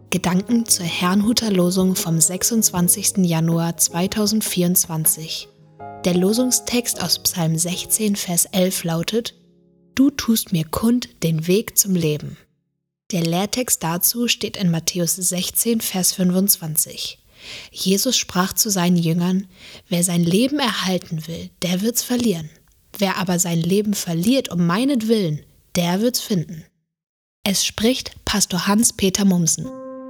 Gedanken zur Herrnhuter Losung vom 26. Januar 2024. Der Losungstext aus Psalm 16, Vers 11 lautet: Du tust mir kund den Weg zum Leben. Der Lehrtext dazu steht in Matthäus 16, Vers 25. Jesus sprach zu seinen Jüngern: Wer sein Leben erhalten will, der wird's verlieren. Wer aber sein Leben verliert um meinetwillen, der wird's finden. Es spricht Pastor Hans-Peter Mumsen.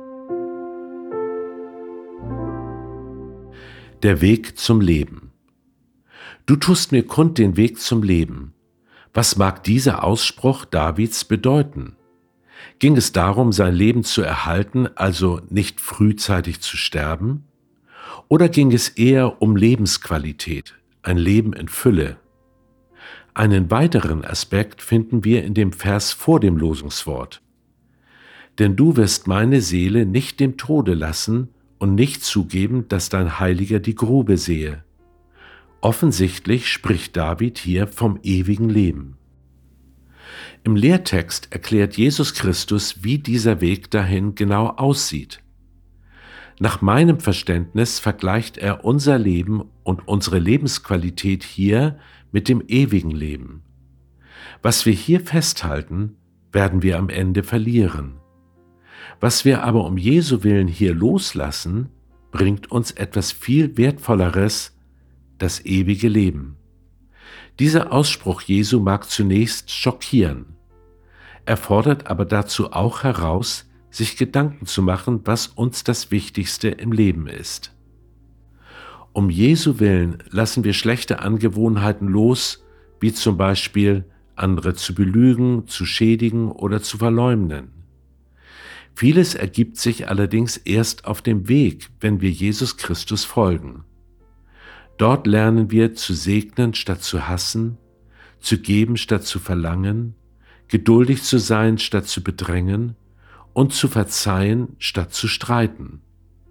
Der Weg zum Leben. Du tust mir kund den Weg zum Leben. Was mag dieser Ausspruch Davids bedeuten? Ging es darum, sein Leben zu erhalten, also nicht frühzeitig zu sterben? Oder ging es eher um Lebensqualität, ein Leben in Fülle? Einen weiteren Aspekt finden wir in dem Vers vor dem Losungswort. Denn du wirst meine Seele nicht dem Tode lassen und nicht zugeben, dass dein Heiliger die Grube sehe. Offensichtlich spricht David hier vom ewigen Leben. Im Lehrtext erklärt Jesus Christus, wie dieser Weg dahin genau aussieht. Nach meinem Verständnis vergleicht er unser Leben und unsere Lebensqualität hier mit dem ewigen Leben. Was wir hier festhalten, werden wir am Ende verlieren. Was wir aber um Jesu Willen hier loslassen, bringt uns etwas viel Wertvolleres, das ewige Leben. Dieser Ausspruch Jesu mag zunächst schockieren. Er fordert aber dazu auch heraus, sich Gedanken zu machen, was uns das Wichtigste im Leben ist. Um Jesu Willen lassen wir schlechte Angewohnheiten los, wie zum Beispiel andere zu belügen, zu schädigen oder zu verleumden. Vieles ergibt sich allerdings erst auf dem Weg, wenn wir Jesus Christus folgen. Dort lernen wir zu segnen statt zu hassen, zu geben statt zu verlangen, geduldig zu sein statt zu bedrängen und zu verzeihen statt zu streiten.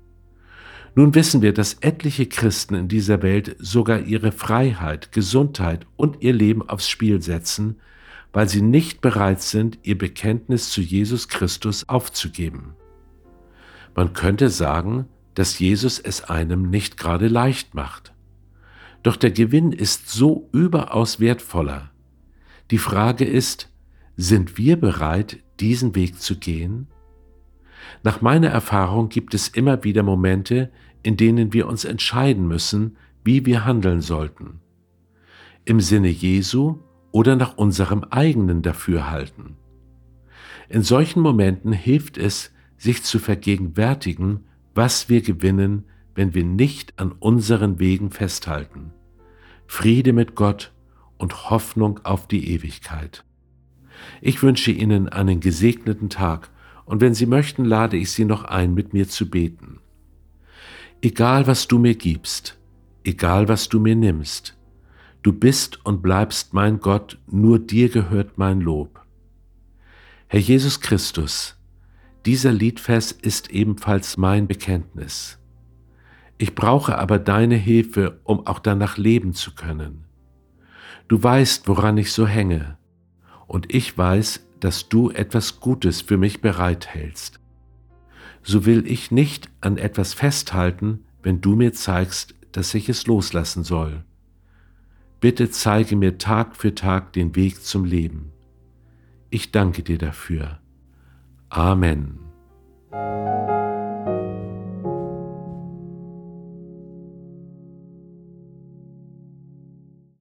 Nun wissen wir, dass etliche Christen in dieser Welt sogar ihre Freiheit, Gesundheit und ihr Leben aufs Spiel setzen, weil sie nicht bereit sind, ihr Bekenntnis zu Jesus Christus aufzugeben. Man könnte sagen, dass Jesus es einem nicht gerade leicht macht. Doch der Gewinn ist so überaus wertvoller. Die Frage ist, sind wir bereit, diesen Weg zu gehen? Nach meiner Erfahrung gibt es immer wieder Momente, in denen wir uns entscheiden müssen, wie wir handeln sollten. Im Sinne Jesu oder nach unserem eigenen Dafürhalten. In solchen Momenten hilft es, sich zu vergegenwärtigen, was wir gewinnen, wenn wir nicht an unseren Wegen festhalten. Friede mit Gott und Hoffnung auf die Ewigkeit. Ich wünsche Ihnen einen gesegneten Tag und wenn Sie möchten, lade ich Sie noch ein, mit mir zu beten. Egal was du mir gibst, egal was du mir nimmst, du bist und bleibst mein Gott, nur dir gehört mein Lob. Herr Jesus Christus, dieser Liedvers ist ebenfalls mein Bekenntnis. Ich brauche aber deine Hilfe, um auch danach leben zu können. Du weißt, woran ich so hänge, und ich weiß, dass du etwas Gutes für mich bereithältst. So will ich nicht an etwas festhalten, wenn du mir zeigst, dass ich es loslassen soll. Bitte zeige mir Tag für Tag den Weg zum Leben. Ich danke dir dafür. Amen.